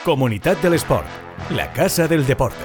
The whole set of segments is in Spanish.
Comunitat del Esport, la casa del deporte.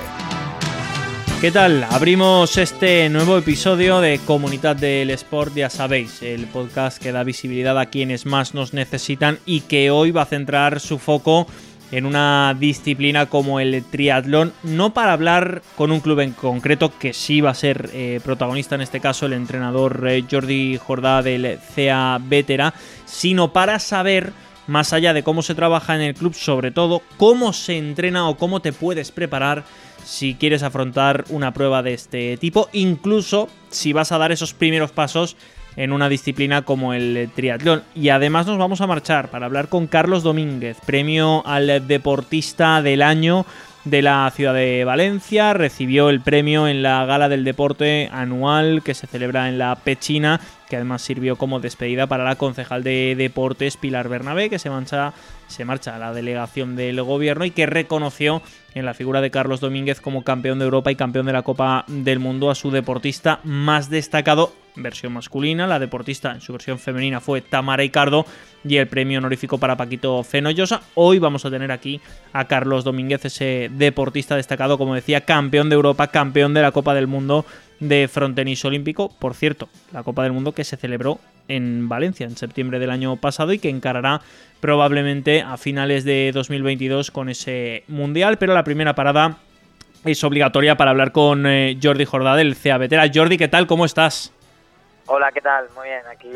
¿Qué tal? Abrimos este nuevo episodio de Comunitat del Esport, ya sabéis, el podcast que da visibilidad a quienes más nos necesitan y que hoy va a centrar su foco en una disciplina como el triatlón, no para hablar con un club en concreto que sí va a ser protagonista, en este caso el entrenador Jordi Jordà del CA Vétera, sino para saber, más allá de cómo se trabaja en el club, sobre todo cómo se entrena o cómo te puedes preparar si quieres afrontar una prueba de este tipo, incluso si vas a dar esos primeros pasos en una disciplina como el triatlón. Y además nos vamos a marchar para hablar con Carlos Domínguez, premio al deportista del año de la ciudad de Valencia. Recibió el premio en la Gala del Deporte anual que se celebra en la Pechina, que además sirvió como despedida para la concejal de Deportes Pilar Bernabé, que se marcha a la delegación del gobierno y que reconoció en la figura de Carlos Domínguez como campeón de Europa y campeón de la Copa del Mundo a su deportista más destacado, versión masculina. La deportista en su versión femenina fue Tamara Icardo, y el premio honorífico para Paquito Fenollosa. Hoy vamos a tener aquí a Carlos Domínguez, ese deportista destacado, como decía, campeón de Europa, campeón de la Copa del Mundo de frontenis olímpico. Por cierto, la Copa del Mundo que se celebró en Valencia en septiembre del año pasado y que encarará probablemente a finales de 2022 con ese Mundial. Pero la primera parada es obligatoria para hablar con Jordi Jordà del CA Vétera. Jordi, ¿qué tal? ¿Cómo estás? Hola, ¿qué tal? Muy bien, aquí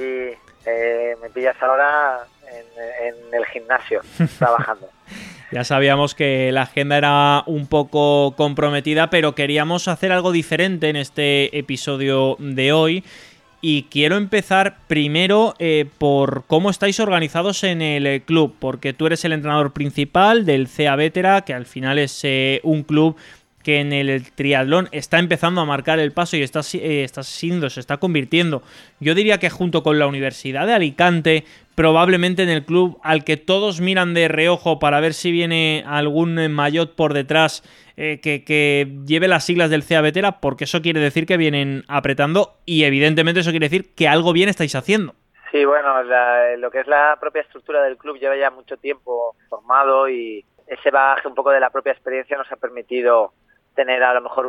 me pillas ahora en el gimnasio, trabajando. Ya sabíamos que la agenda era un poco comprometida, pero queríamos hacer algo diferente en este episodio de hoy. Y quiero empezar primero por cómo estáis organizados en el club, porque tú eres el entrenador principal del CA Vétera, que al final es un club que en el triatlón está empezando a marcar el paso y se está convirtiendo, yo diría que junto con la Universidad de Alicante, probablemente en el club al que todos miran de reojo para ver si viene algún maillot por detrás que lleve las siglas del CA Vétera, porque eso quiere decir que vienen apretando y evidentemente eso quiere decir que algo bien estáis haciendo. Sí, bueno, lo que es la propia estructura del club lleva ya mucho tiempo formado y ese bagaje un poco de la propia experiencia nos ha permitido tener a lo mejor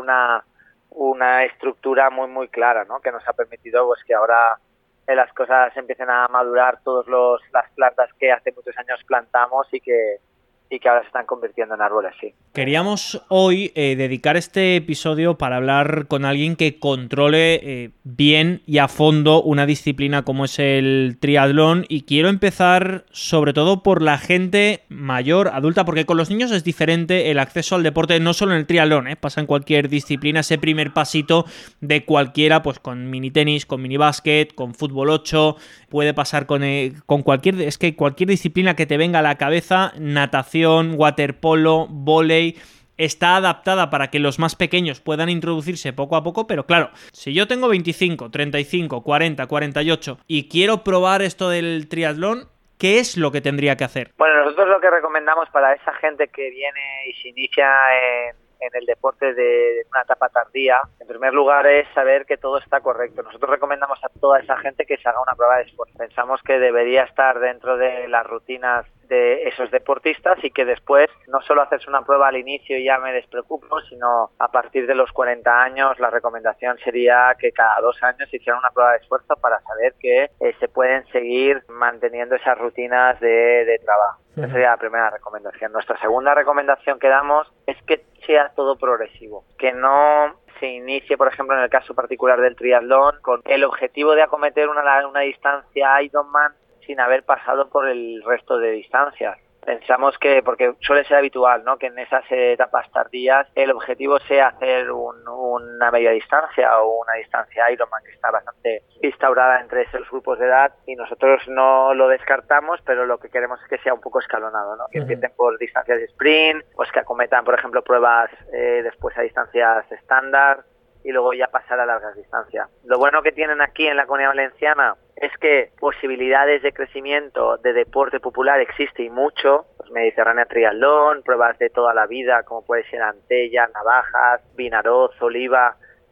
una estructura muy muy clara, ¿no? Que nos ha permitido pues que ahora las cosas empiecen a madurar todas las plantas que hace muchos años plantamos y que ahora se están convirtiendo en árboles, sí. Queríamos hoy dedicar este episodio para hablar con alguien que controle bien y a fondo una disciplina como es el triatlón, y quiero empezar sobre todo por la gente mayor, adulta, porque con los niños es diferente el acceso al deporte, no solo en el triatlón, pasa en cualquier disciplina, ese primer pasito de cualquiera, pues con mini tenis, con mini básquet, con fútbol 8, puede pasar con cualquier disciplina que te venga a la cabeza, natación, waterpolo, vóley, está adaptada para que los más pequeños puedan introducirse poco a poco, pero claro, si yo tengo 25, 35, 40, 48 y quiero probar esto del triatlón, ¿qué es lo que tendría que hacer? Bueno, nosotros lo que recomendamos para esa gente que viene y se inicia en el deporte de una etapa tardía, en primer lugar es saber que todo está correcto. Nosotros recomendamos a toda esa gente que se haga una prueba de esfuerzo. Pensamos que debería estar dentro de las rutinas de esos deportistas y que después no solo hacerse una prueba al inicio y ya me despreocupo, sino a partir de los 40 años la recomendación sería que cada 2 años se hiciera una prueba de esfuerzo para saber que se pueden seguir manteniendo esas rutinas de trabajo. Esa sería la primera recomendación. Nuestra segunda recomendación que damos es que sea todo progresivo, que no se inicie, por ejemplo, en el caso particular del triatlón, con el objetivo de acometer una distancia Ironman sin haber pasado por el resto de distancias. Pensamos que, porque suele ser habitual, ¿no?, que en esas etapas tardías el objetivo sea hacer una media distancia o una distancia Ironman, que está bastante instaurada entre esos grupos de edad, y nosotros no lo descartamos, pero lo que queremos es que sea un poco escalonado, ¿no? Que empiecen por distancias de sprint, pues que acometan, por ejemplo, pruebas después a distancias estándar y luego ya pasar a largas distancias. Lo bueno que tienen aquí en la Comunidad Valenciana es que posibilidades de crecimiento de deporte popular existe y mucho, pues Mediterránea Triatlón, pruebas de toda la vida como puede ser Antella, Navajas, Vinaroz, Oliva,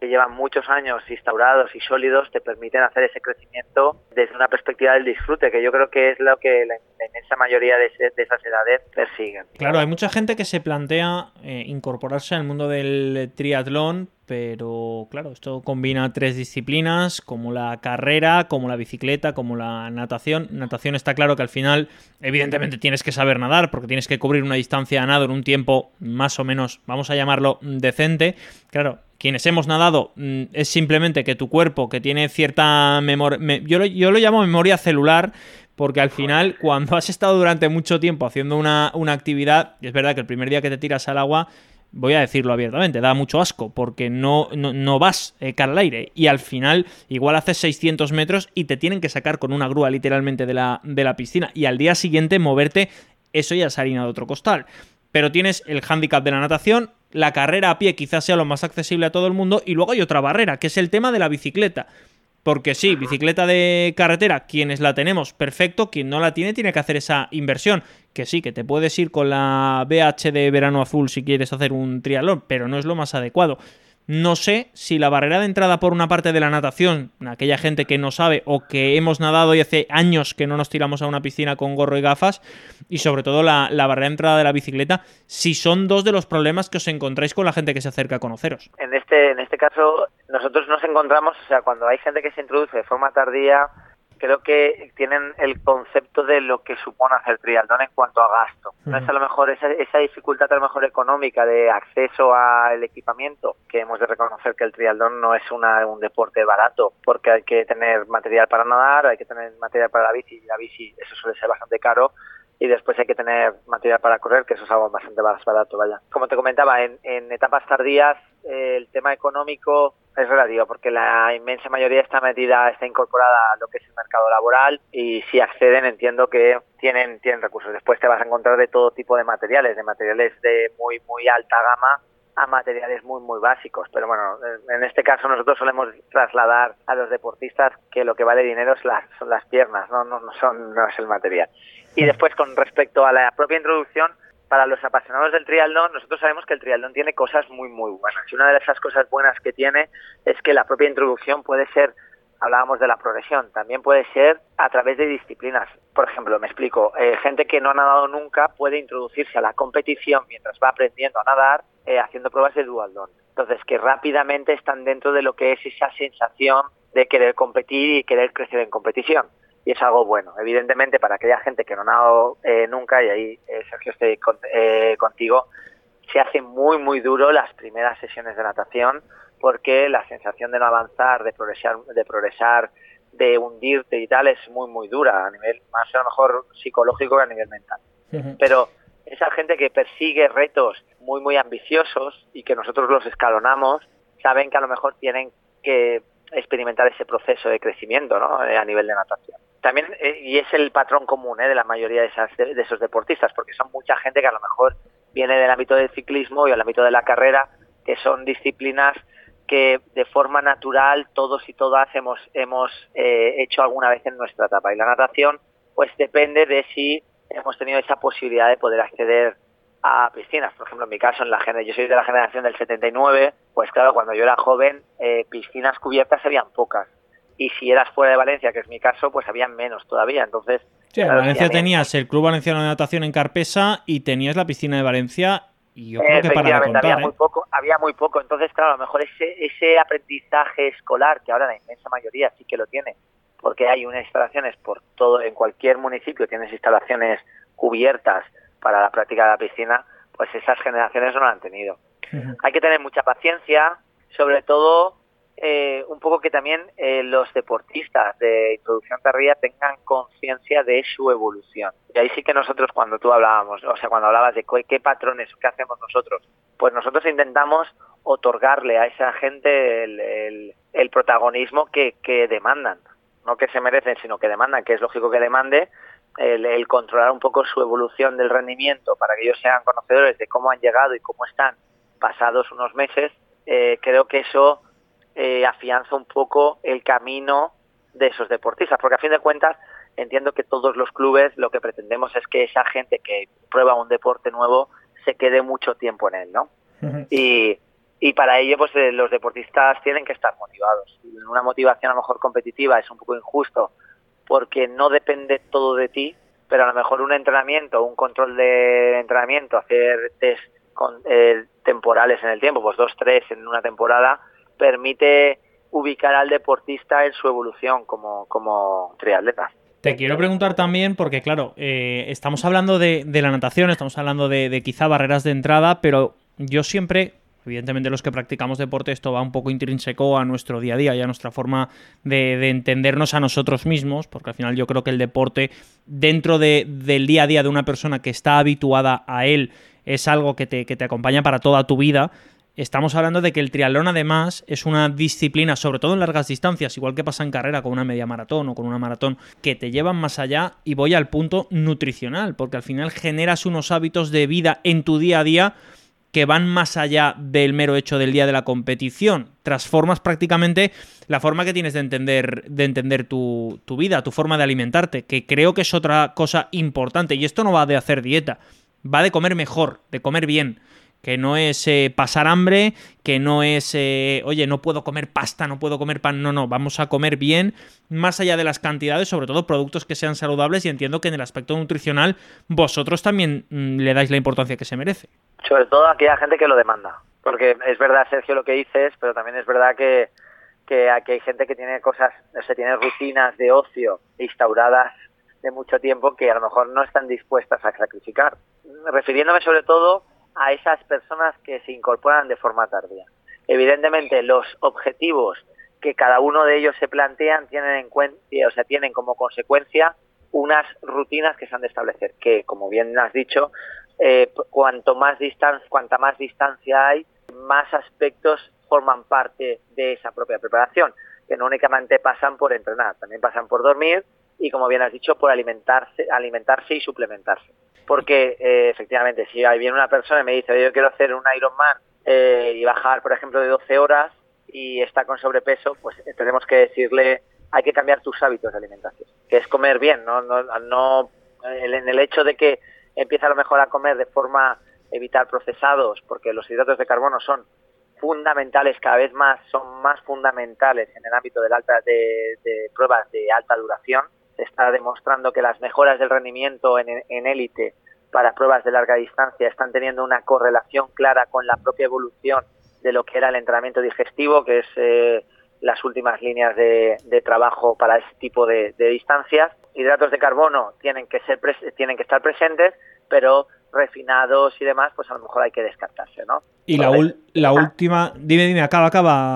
que llevan muchos años instaurados y sólidos te permiten hacer ese crecimiento desde una perspectiva del disfrute, que yo creo que es lo que la inmensa mayoría de esas edades persiguen. Claro, hay mucha gente que se plantea incorporarse al mundo del triatlón, pero claro, esto combina 3 disciplinas, como la carrera, como la bicicleta, como la natación. Natación está claro que al final, evidentemente, tienes que saber nadar, porque tienes que cubrir una distancia de nado en un tiempo más o menos, vamos a llamarlo, decente. Claro, quienes hemos nadado, es simplemente que tu cuerpo, que tiene cierta memoria, yo lo llamo memoria celular, porque al final, cuando has estado durante mucho tiempo haciendo una actividad, y es verdad que el primer día que te tiras al agua, voy a decirlo abiertamente, da mucho asco, porque no vas cara al aire, y al final igual haces 600 metros y te tienen que sacar con una grúa literalmente de la piscina, y al día siguiente moverte, eso ya es harina de otro costal. Pero tienes el hándicap de la natación, la carrera a pie quizás sea lo más accesible a todo el mundo, y luego hay otra barrera, que es el tema de la bicicleta. Porque sí, bicicleta de carretera, quienes la tenemos, perfecto. Quien no la tiene que hacer esa inversión. Que sí, que te puedes ir con la BH de verano azul si quieres hacer un triatlón, pero no es lo más adecuado. No sé si la barrera de entrada por una parte de la natación, aquella gente que no sabe o que hemos nadado y hace años que no nos tiramos a una piscina con gorro y gafas, y sobre todo la barrera de entrada de la bicicleta, si son 2 de los problemas que os encontráis con la gente que se acerca a conoceros. En este caso, nosotros nos encontramos, o sea, cuando hay gente que se introduce de forma tardía, creo que tienen el concepto de lo que supone hacer triatlón en cuanto a gasto. No es a lo mejor esa dificultad a lo mejor económica de acceso al equipamiento, que hemos de reconocer que el triatlón no es un deporte barato, porque hay que tener material para nadar, hay que tener material para la bici, y la bici eso suele ser bastante caro, y después hay que tener material para correr, que eso es algo bastante más barato, vaya. Como te comentaba, en etapas tardías el tema económico es relativo, porque la inmensa mayoría está incorporada a lo que es el mercado laboral, y si acceden entiendo que tienen recursos. Después te vas a encontrar de todo tipo de materiales de muy muy alta gama a materiales muy muy básicos, pero bueno, en este caso nosotros solemos trasladar a los deportistas que lo que vale dinero son las piernas, no es el material. Y después, con respecto a la propia introducción, para los apasionados del triatlón, nosotros sabemos que el triatlón tiene cosas muy muy buenas, y una de esas cosas buenas que tiene es que la propia introducción puede ser, hablábamos de la progresión, también puede ser a través de disciplinas. Por ejemplo, me explico, gente que no ha nadado nunca puede introducirse a la competición mientras va aprendiendo a nadar, haciendo pruebas de duatlón. Entonces, que rápidamente están dentro de lo que es esa sensación de querer competir y querer crecer en competición. Y es algo bueno. Evidentemente, para aquella gente que no ha nadado nunca, y ahí, Sergio, estoy contigo, se hace muy muy duro las primeras sesiones de natación, porque la sensación de no avanzar, de progresar, de hundirte y tal, es muy muy dura, a nivel más a lo mejor psicológico que a nivel mental. Pero esa gente que persigue retos muy muy ambiciosos y que nosotros los escalonamos, saben que a lo mejor tienen que experimentar ese proceso de crecimiento, ¿no?, a nivel de natación. También, y es el patrón común de la mayoría de esos deportistas, porque son mucha gente que a lo mejor viene del ámbito del ciclismo y del ámbito de la carrera, que son disciplinas que de forma natural todos y todas hemos hecho alguna vez en nuestra etapa. Y la natación, pues depende de si hemos tenido esa posibilidad de poder acceder a piscinas. Por ejemplo, en mi caso, yo soy de la generación del 79, pues claro, cuando yo era joven, piscinas cubiertas habían pocas. Y si eras fuera de Valencia, que es mi caso, pues habían menos todavía. Entonces, sí, en Valencia tenías el Club Valenciano de Natación en Carpesa y tenías la piscina de Valencia, y yo creo que para de contar, había muy poco. Entonces, claro, a lo mejor ese aprendizaje escolar, que ahora la inmensa mayoría sí que lo tiene, porque hay unas instalaciones por todo, en cualquier municipio tienes instalaciones cubiertas para la práctica de la piscina, pues esas generaciones no lo han tenido. Hay que tener mucha paciencia, sobre todo un poco que también los deportistas de introducción tardía tengan conciencia de su evolución. Y ahí sí que nosotros, cuando hablabas de qué patrones, qué hacemos nosotros, pues nosotros intentamos otorgarle a esa gente el protagonismo que demandan, no que se merecen, sino que demandan, que es lógico que demande, el controlar un poco su evolución del rendimiento para que ellos sean conocedores de cómo han llegado y cómo están pasados unos meses. Creo que eso afianza un poco el camino de esos deportistas, porque a fin de cuentas entiendo que todos los clubes lo que pretendemos es que esa gente que prueba un deporte nuevo se quede mucho tiempo en él, ¿no? Y Y para ello, pues los deportistas tienen que estar motivados. Una motivación a lo mejor competitiva es un poco injusto porque no depende todo de ti, pero a lo mejor un entrenamiento, un control de entrenamiento, hacer test temporales en el tiempo, pues 2, 3 en una temporada, permite ubicar al deportista en su evolución como triatleta. Te quiero preguntar también, porque claro, estamos hablando de la natación, estamos hablando de quizá barreras de entrada, pero yo siempre, evidentemente los que practicamos deporte, esto va un poco intrínseco a nuestro día a día y a nuestra forma de entendernos a nosotros mismos, porque al final yo creo que el deporte, dentro del día a día de una persona que está habituada a él, es algo que te acompaña para toda tu vida. Estamos hablando de que el triatlón además es una disciplina, sobre todo en largas distancias, igual que pasa en carrera con una media maratón o con una maratón, que te llevan más allá, y voy al punto nutricional, porque al final generas unos hábitos de vida en tu día a día que van más allá del mero hecho del día de la competición. Transformas prácticamente la forma que tienes de entender tu vida, tu forma de alimentarte, que creo que es otra cosa importante. Y esto no va de hacer dieta, va de comer mejor, de comer bien. Que no es pasar hambre, que no es, oye, no puedo comer pasta, no puedo comer pan. No, vamos a comer bien, más allá de las cantidades, sobre todo productos que sean saludables, y entiendo que en el aspecto nutricional vosotros también le dais la importancia que se merece. Sobre todo a aquella gente que lo demanda, porque es verdad, Sergio, lo que dices, pero también es verdad que aquí hay gente que tiene cosas, o sea, tiene rutinas de ocio instauradas de mucho tiempo que a lo mejor no están dispuestas a sacrificar. Refiriéndome sobre todo a esas personas que se incorporan de forma tardía. Evidentemente, los objetivos que cada uno de ellos se plantean tienen en cuenta, o sea, tienen como consecuencia unas rutinas que se han de establecer, que, como bien has dicho, cuanta más distancia hay, más aspectos forman parte de esa propia preparación, que no únicamente pasan por entrenar, también pasan por dormir y, como bien has dicho, por alimentarse y suplementarse. Porque efectivamente, si viene una persona y me dice, yo quiero hacer un Ironman y bajar, por ejemplo, de 12 horas y está con sobrepeso, pues tenemos que decirle, hay que cambiar tus hábitos de alimentación, que es comer bien, no en el hecho de que empieza a lo mejor a comer de forma evitar procesados, porque los hidratos de carbono son fundamentales, cada vez más son más fundamentales en el ámbito de pruebas de alta duración. Se está demostrando que las mejoras del rendimiento en élite para pruebas de larga distancia están teniendo una correlación clara con la propia evolución de lo que era el entrenamiento digestivo, que es las últimas líneas de trabajo para ese tipo de distancias. Hidratos de carbono tienen que estar presentes, pero refinados y demás, pues a lo mejor hay que descartarse, ¿no? Y la última, dime, acaba.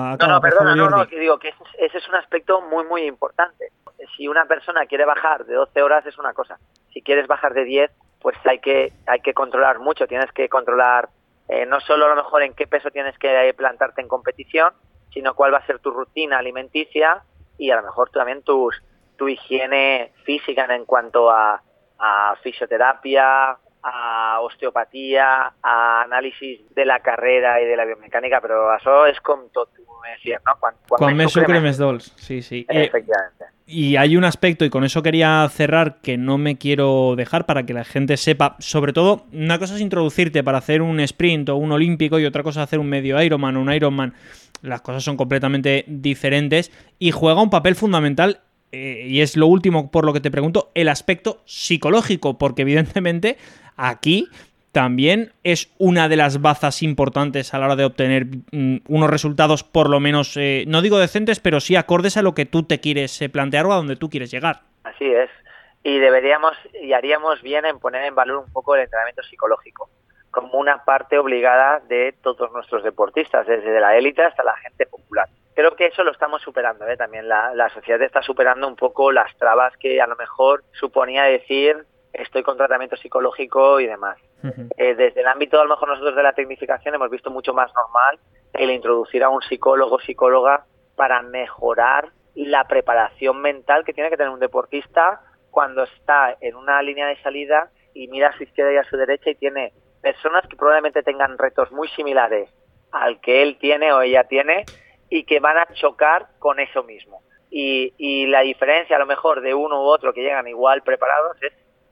No, que digo que ese es un aspecto muy, muy importante. Si una persona quiere bajar de 12 horas es una cosa. Si quieres bajar de 10, pues hay que controlar mucho. Tienes que controlar no solo a lo mejor en qué peso tienes que plantarte en competición, sino cuál va a ser tu rutina alimenticia y a lo mejor también tu higiene física en cuanto a fisioterapia, a osteopatía, a análisis de la carrera y de la biomecánica, pero eso es con tot, ¿no? Quan més sucre més dolç, sí. Efectivamente. Y hay un aspecto, y con eso quería cerrar, que no me quiero dejar para que la gente sepa, sobre todo, una cosa es introducirte para hacer un sprint o un olímpico y otra cosa es hacer un medio Ironman o un Ironman. Las cosas son completamente diferentes y juega un papel fundamental. Y es lo último por lo que te pregunto, el aspecto psicológico, porque evidentemente aquí también es una de las bazas importantes a la hora de obtener unos resultados por lo menos, no digo decentes, pero sí acordes a lo que tú te quieres plantear o a donde tú quieres llegar. Así es, y haríamos bien en poner en valor un poco el entrenamiento psicológico como una parte obligada de todos nuestros deportistas, desde la élite hasta la gente popular. Creo que eso lo estamos superando, también la sociedad está superando un poco las trabas que a lo mejor suponía decir estoy con tratamiento psicológico y demás. Uh-huh. Desde el ámbito a lo mejor nosotros de la tecnificación hemos visto mucho más normal el introducir a un psicóloga para mejorar la preparación mental que tiene que tener un deportista cuando está en una línea de salida y mira a su izquierda y a su derecha y tiene personas que probablemente tengan retos muy similares al que él tiene o ella tiene y que van a chocar con eso mismo. Y la diferencia a lo mejor de uno u otro que llegan igual preparados es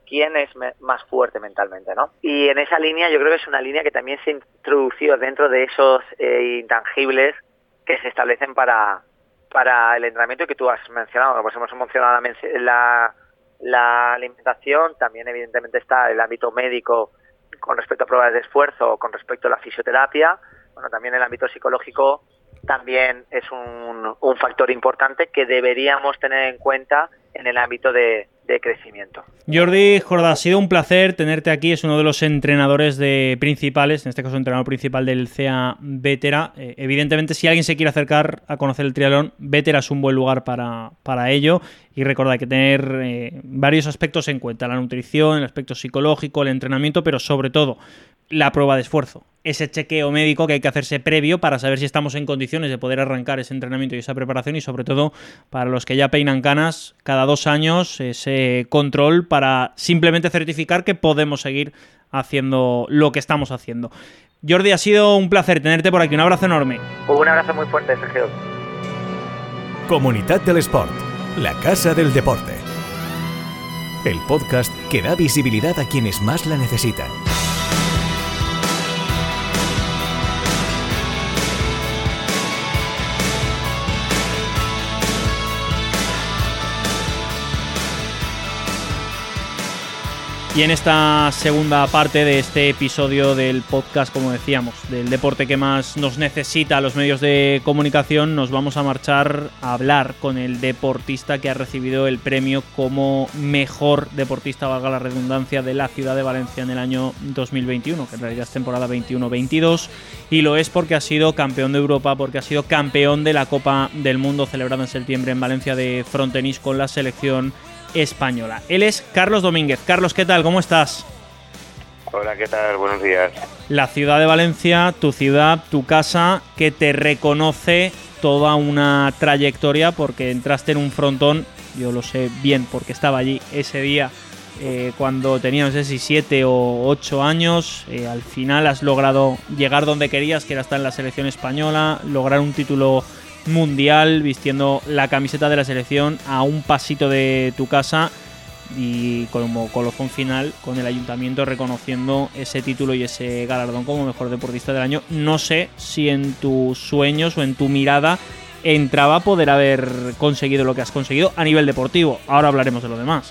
quién es más fuerte mentalmente, ¿no? Y en esa línea yo creo que es una línea que también se introdució dentro de esos intangibles que se establecen para el entrenamiento que tú has mencionado. Pues hemos mencionado la alimentación, también evidentemente está el ámbito médico con respecto a pruebas de esfuerzo, con respecto a la fisioterapia. Bueno, también el ámbito psicológico también es un factor importante que deberíamos tener en cuenta en el ámbito de crecimiento. Jordi Jordà, ha sido un placer tenerte aquí. Es uno de los entrenadores principales, en este caso entrenador principal del CEA Vétera. Evidentemente, si alguien se quiere acercar a conocer el triatlón, Vétera es un buen lugar para ello. Y recordad, hay que tener varios aspectos en cuenta: la nutrición, el aspecto psicológico, el entrenamiento, pero sobre todo la prueba de esfuerzo. Ese chequeo médico que hay que hacerse previo para saber si estamos en condiciones de poder arrancar ese entrenamiento y esa preparación, y sobre todo para los que ya peinan canas, cada 2 años ese control para simplemente certificar que podemos seguir haciendo lo que estamos haciendo. Jordi, ha sido un placer tenerte por aquí. Un abrazo enorme. Un abrazo muy fuerte, Sergio. Comunitat del Esport, la casa del deporte. El podcast que da visibilidad a quienes más la necesitan. Y en esta segunda parte de este episodio del podcast, como decíamos, del deporte que más nos necesita a los medios de comunicación, nos vamos a marchar a hablar con el deportista que ha recibido el premio como mejor deportista, valga la redundancia, de la ciudad de Valencia en el año 2021, que en realidad es temporada 21-22, y lo es porque ha sido campeón de Europa, porque ha sido campeón de la Copa del Mundo celebrada en septiembre en Valencia de frontenis con la selección española. Él es Carlos Domínguez. Carlos, ¿qué tal? ¿Cómo estás? Hola, ¿qué tal? Buenos días. La ciudad de Valencia, tu ciudad, tu casa, que te reconoce toda una trayectoria, porque entraste en un frontón, yo lo sé bien porque estaba allí ese día, cuando tenías 7 o 8 años. Al final has logrado llegar donde querías, que era estar en la selección española, lograr un título mundial vistiendo la camiseta de la selección a un pasito de tu casa, y como colofón final con el ayuntamiento reconociendo ese título y ese galardón como mejor deportista del año. No sé si en tus sueños o en tu mirada entraba poder haber conseguido lo que has conseguido a nivel deportivo. Ahora hablaremos de lo demás.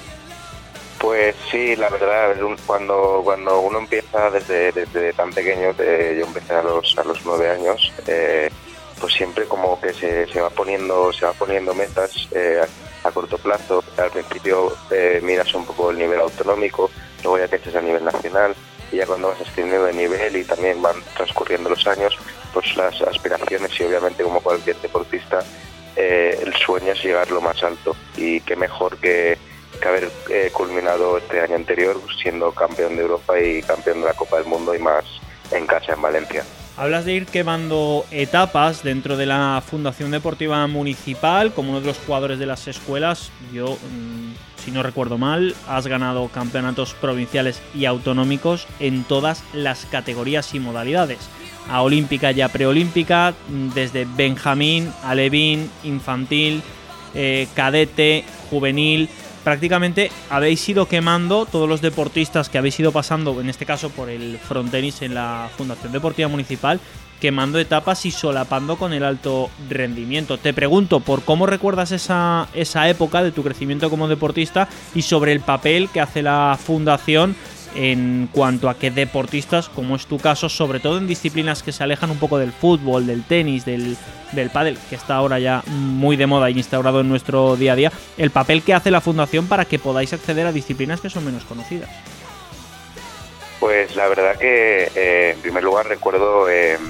Pues sí, la verdad, cuando uno empieza desde tan pequeño, yo empecé a los 9 años, pues siempre como que se va poniendo metas a corto plazo. Al principio miras un poco el nivel autonómico, luego ya creces a nivel nacional, y ya cuando vas ascendiendo de nivel y también van transcurriendo los años, pues las aspiraciones, y obviamente como cualquier deportista, el sueño es llegar lo más alto, y qué mejor que haber culminado este año anterior siendo campeón de Europa y campeón de la Copa del Mundo, y más en casa, en Valencia. Hablas de ir quemando etapas dentro de la Fundación Deportiva Municipal como uno de los jugadores de las escuelas. Yo, si no recuerdo mal, has ganado campeonatos provinciales y autonómicos en todas las categorías y modalidades. A olímpica y a preolímpica, desde benjamín, alevín, infantil, cadete, juvenil. Prácticamente habéis ido quemando todos los deportistas que habéis ido pasando, en este caso por el frontenis en la Fundación Deportiva Municipal, quemando etapas y solapando con el alto rendimiento. Te pregunto por cómo recuerdas esa época de tu crecimiento como deportista, y sobre el papel que hace la Fundación en cuanto a que deportistas, como es tu caso, sobre todo en disciplinas que se alejan un poco del fútbol, del tenis, del pádel, que está ahora ya muy de moda e instaurado en nuestro día a día, el papel que hace la Fundación para que podáis acceder a disciplinas que son menos conocidas. Pues la verdad que en primer lugar recuerdo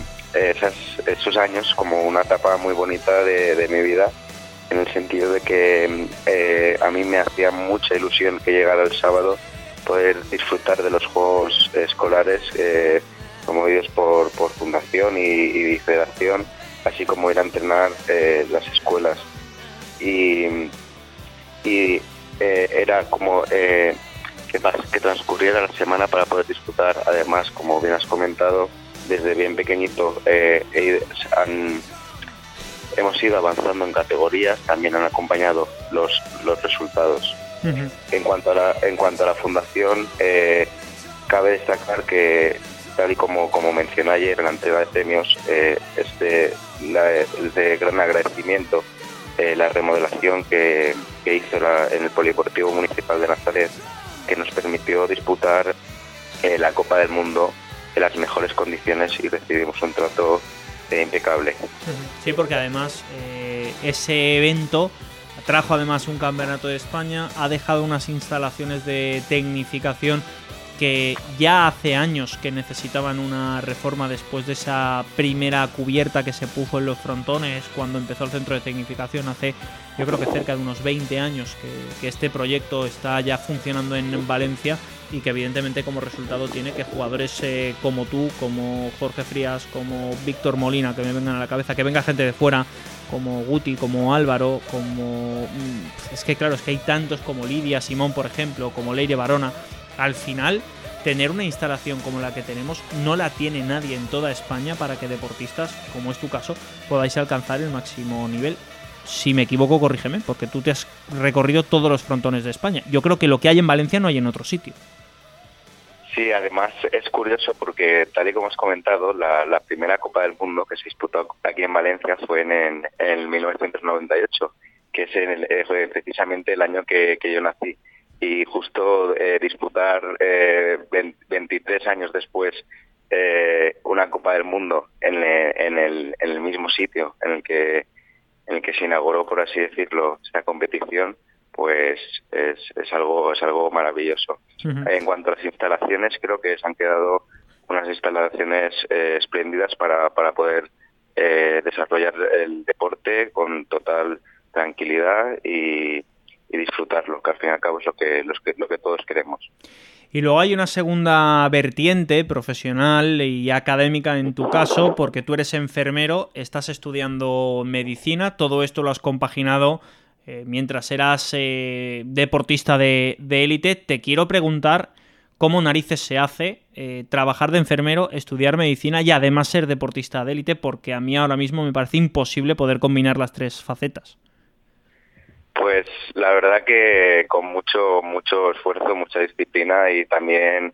esos años como una etapa muy bonita de mi vida, en el sentido de que a mí me hacía mucha ilusión que llegara el sábado poder disfrutar de los juegos escolares promovidos por Fundación y Federación, así como ir a entrenar las escuelas. Y era como que transcurriera la semana para poder disfrutar. Además, como bien has comentado, desde bien pequeñito hemos ido avanzando en categorías, también han acompañado los resultados. Uh-huh. En cuanto a la fundación, cabe destacar que, tal y como mencioné ayer en la entrega de premios, es de gran agradecimiento la remodelación que hizo en el Polideportivo Municipal de Nazaret, que nos permitió disputar la Copa del Mundo en las mejores condiciones y recibimos un trato impecable. Sí, porque además ese evento trajo además un campeonato de España, ha dejado unas instalaciones de tecnificación que ya hace años que necesitaban una reforma después de esa primera cubierta que se puso en los frontones cuando empezó el centro de tecnificación hace, yo creo que cerca de unos 20 años que este proyecto está ya funcionando en Valencia y que evidentemente como resultado tiene que jugadores como tú, como Jorge Frías, como Víctor Molina, que me vengan a la cabeza, que venga gente de fuera, como Guti, como Álvaro, como... Es que claro, es que hay tantos como Lidia, Simón, por ejemplo, como Leire Barona. Al final, tener una instalación como la que tenemos no la tiene nadie en toda España para que deportistas, como es tu caso, podáis alcanzar el máximo nivel. Si me equivoco, corrígeme, porque tú te has recorrido todos los frontones de España. Yo creo que lo que hay en Valencia no hay en otro sitio. Sí, además es curioso porque, tal y como has comentado, la primera Copa del Mundo que se disputó aquí en Valencia fue en 1998, que es fue precisamente el año que yo nací. Y justo disputar 23 años después una Copa del Mundo en el mismo sitio en el que se inauguró, por así decirlo, esta competición, pues es algo maravilloso. Uh-huh. En cuanto a las instalaciones, creo que se han quedado unas instalaciones espléndidas para poder desarrollar el deporte con total tranquilidad y disfrutarlo, que al fin y al cabo es lo que todos queremos. Y luego hay una segunda vertiente profesional y académica en tu caso, porque tú eres enfermero, estás estudiando medicina, todo esto lo has compaginado mientras eras deportista de élite. Te quiero preguntar cómo narices se hace trabajar de enfermero, estudiar medicina y además ser deportista de élite, porque a mí ahora mismo me parece imposible poder combinar las tres facetas. Pues la verdad que con mucho esfuerzo, mucha disciplina y también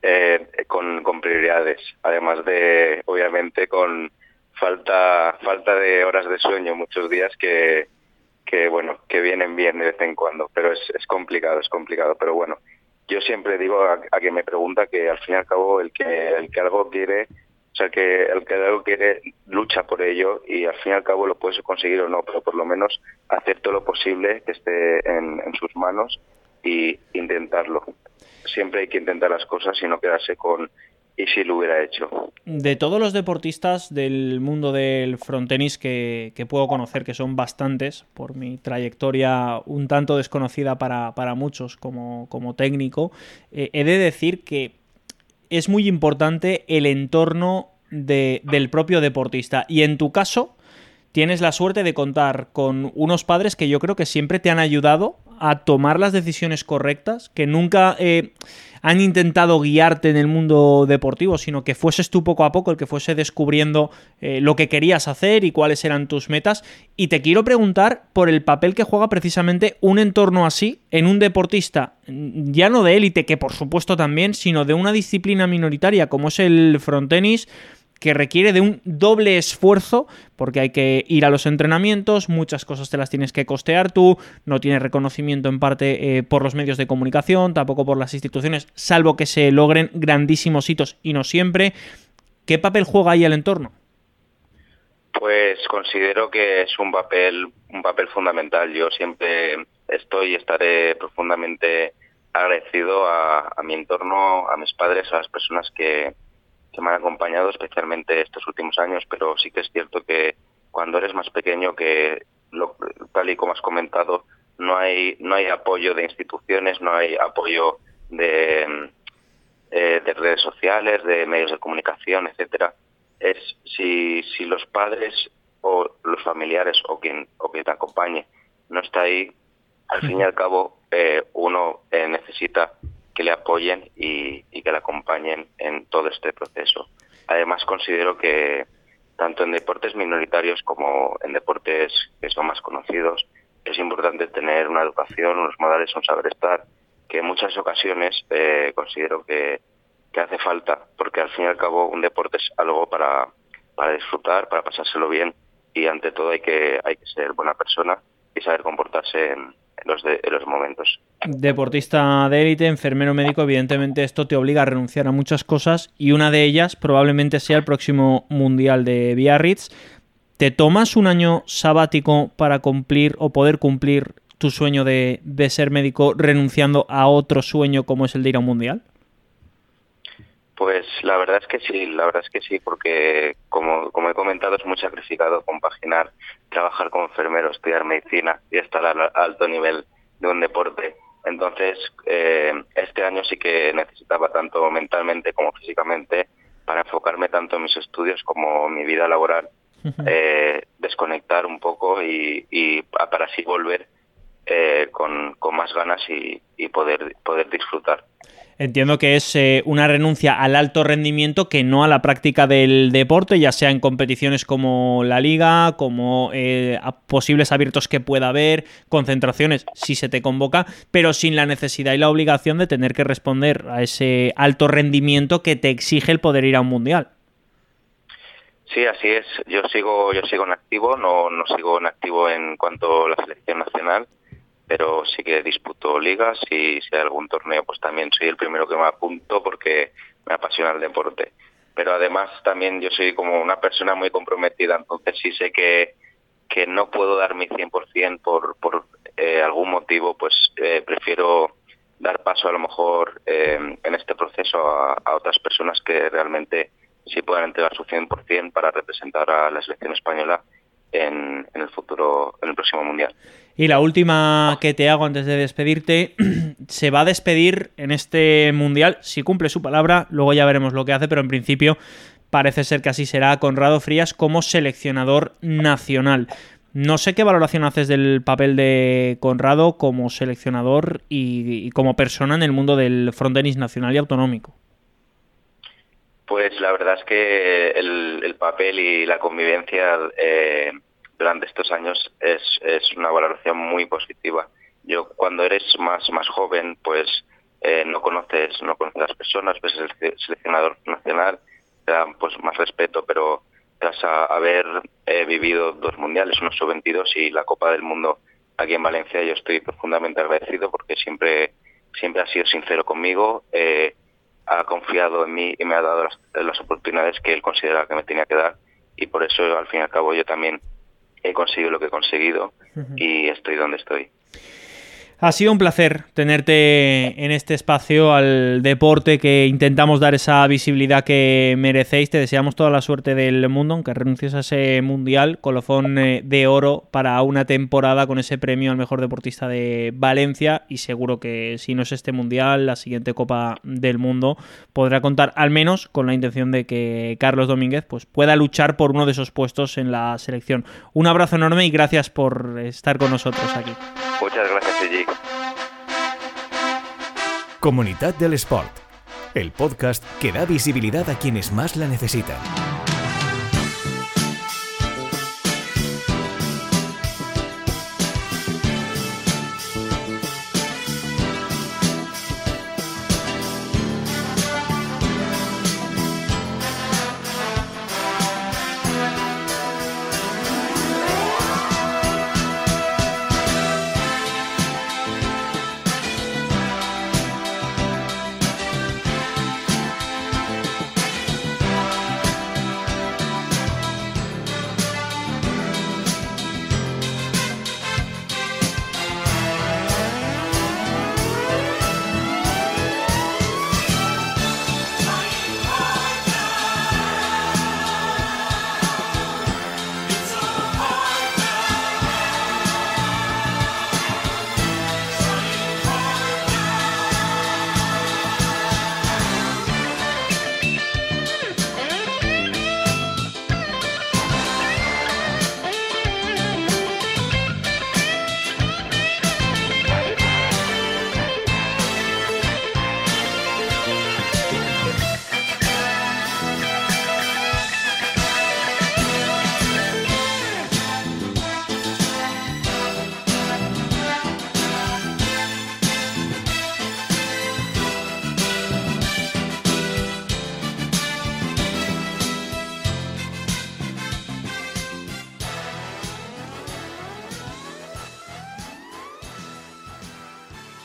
con prioridades, además de, obviamente, con falta de horas de sueño muchos días que vienen bien de vez en cuando, pero es complicado, pero bueno, yo siempre digo a quien me pregunta que al fin y al cabo el que algo quiere, o sea, que el que algo quiere lucha por ello y al fin y al cabo lo puedes conseguir o no, pero por lo menos hacer todo lo posible que esté en sus manos y intentarlo. Siempre hay que intentar las cosas y no quedarse con ¿y si lo hubiera hecho? De todos los deportistas del mundo del frontenis que puedo conocer, que son bastantes, por mi trayectoria un tanto desconocida para muchos como técnico, he de decir que es muy importante el entorno del propio deportista. Y en tu caso, tienes la suerte de contar con unos padres que yo creo que siempre te han ayudado a tomar las decisiones correctas, que nunca han intentado guiarte en el mundo deportivo, sino que fueses tú poco a poco el que fuese descubriendo lo que querías hacer y cuáles eran tus metas. Y te quiero preguntar por el papel que juega precisamente un entorno así en un deportista, ya no de élite, que por supuesto también, sino de una disciplina minoritaria como es el frontenis, que requiere de un doble esfuerzo, porque hay que ir a los entrenamientos, muchas cosas te las tienes que costear tú, no tienes reconocimiento en parte por los medios de comunicación, tampoco por las instituciones, salvo que se logren grandísimos hitos y no siempre. ¿Qué papel juega ahí el entorno? Pues considero que es un papel fundamental. Yo siempre estoy y estaré profundamente agradecido a mi entorno, a mis padres, a las personas que me han acompañado especialmente estos últimos años, pero sí que es cierto que cuando eres más pequeño, tal y como has comentado, no hay apoyo de instituciones, no hay apoyo de redes sociales, de medios de comunicación, etcétera. Si los padres o los familiares o quien te acompañe no está ahí, al fin y al cabo uno necesita que le apoyen y que le acompañen en todo este proceso. Además, considero que tanto en deportes minoritarios como en deportes que son más conocidos, es importante tener una educación, unos modales, un saber estar, que en muchas ocasiones considero que hace falta, porque al fin y al cabo un deporte es algo para disfrutar, para pasárselo bien, y ante todo hay que ser buena persona y saber comportarse en los momentos. Deportista de élite, enfermero médico, evidentemente esto te obliga a renunciar a muchas cosas y una de ellas probablemente sea el próximo Mundial de Biarritz. ¿Te tomas un año sabático para cumplir o poder cumplir tu sueño de ser médico renunciando a otro sueño como es el de ir a un Mundial? Pues la verdad es que sí, porque como he comentado, es muy sacrificado compaginar trabajar como enfermero, estudiar medicina y estar al alto nivel de un deporte. Entonces, este año sí que necesitaba tanto mentalmente como físicamente para enfocarme tanto en mis estudios como en mi vida laboral, desconectar un poco y para así volver con más ganas y poder disfrutar. Entiendo que es una renuncia al alto rendimiento que no a la práctica del deporte, ya sea en competiciones como la Liga, como a posibles abiertos que pueda haber, concentraciones si se te convoca, pero sin la necesidad y la obligación de tener que responder a ese alto rendimiento que te exige el poder ir a un Mundial. Sí, así es. Yo sigo en activo, no sigo en activo en cuanto a la selección nacional, pero sí que disputo ligas y si hay algún torneo pues también soy el primero que me apunto porque me apasiona el deporte. Pero además también yo soy como una persona muy comprometida, entonces sí sé que no puedo dar mi 100% por algún motivo, pues prefiero dar paso a lo mejor en este proceso a otras personas que realmente sí puedan entregar su 100% para representar a la selección española en el futuro, en el próximo Mundial. Y la última que te hago antes de despedirte, se va a despedir en este Mundial, si cumple su palabra, luego ya veremos lo que hace, pero en principio parece ser que así será, Conrado Frías como seleccionador nacional. No sé qué valoración haces del papel de Conrado como seleccionador y como persona en el mundo del frontenis nacional y autonómico. Pues la verdad es que el papel y la convivencia durante estos años es una valoración muy positiva. Yo cuando eres más joven, pues no conoces a las personas, ves el seleccionador nacional, te dan pues más respeto, pero tras haber vivido 2 mundiales, unos sub-22 y la Copa del Mundo aquí en Valencia, yo estoy profundamente agradecido porque siempre ha sido sincero conmigo, ha confiado en mí y me ha dado las oportunidades que él considera que me tenía que dar, y por eso al fin y al cabo yo también he conseguido lo que he conseguido y estoy donde estoy. Ha sido un placer tenerte en este espacio al deporte que intentamos dar esa visibilidad que merecéis. Te deseamos toda la suerte del mundo, aunque renuncies a ese mundial, colofón de oro para una temporada con ese premio al mejor deportista de Valencia, y seguro que si no es este mundial, la siguiente Copa del Mundo podrá contar al menos con la intención de que Carlos Domínguez pues pueda luchar por uno de esos puestos en la selección. Un abrazo enorme y gracias por estar con nosotros aquí. Muchas gracias, Sergi. Comunitat del Esport, el podcast que da visibilidad a quienes más la necesitan.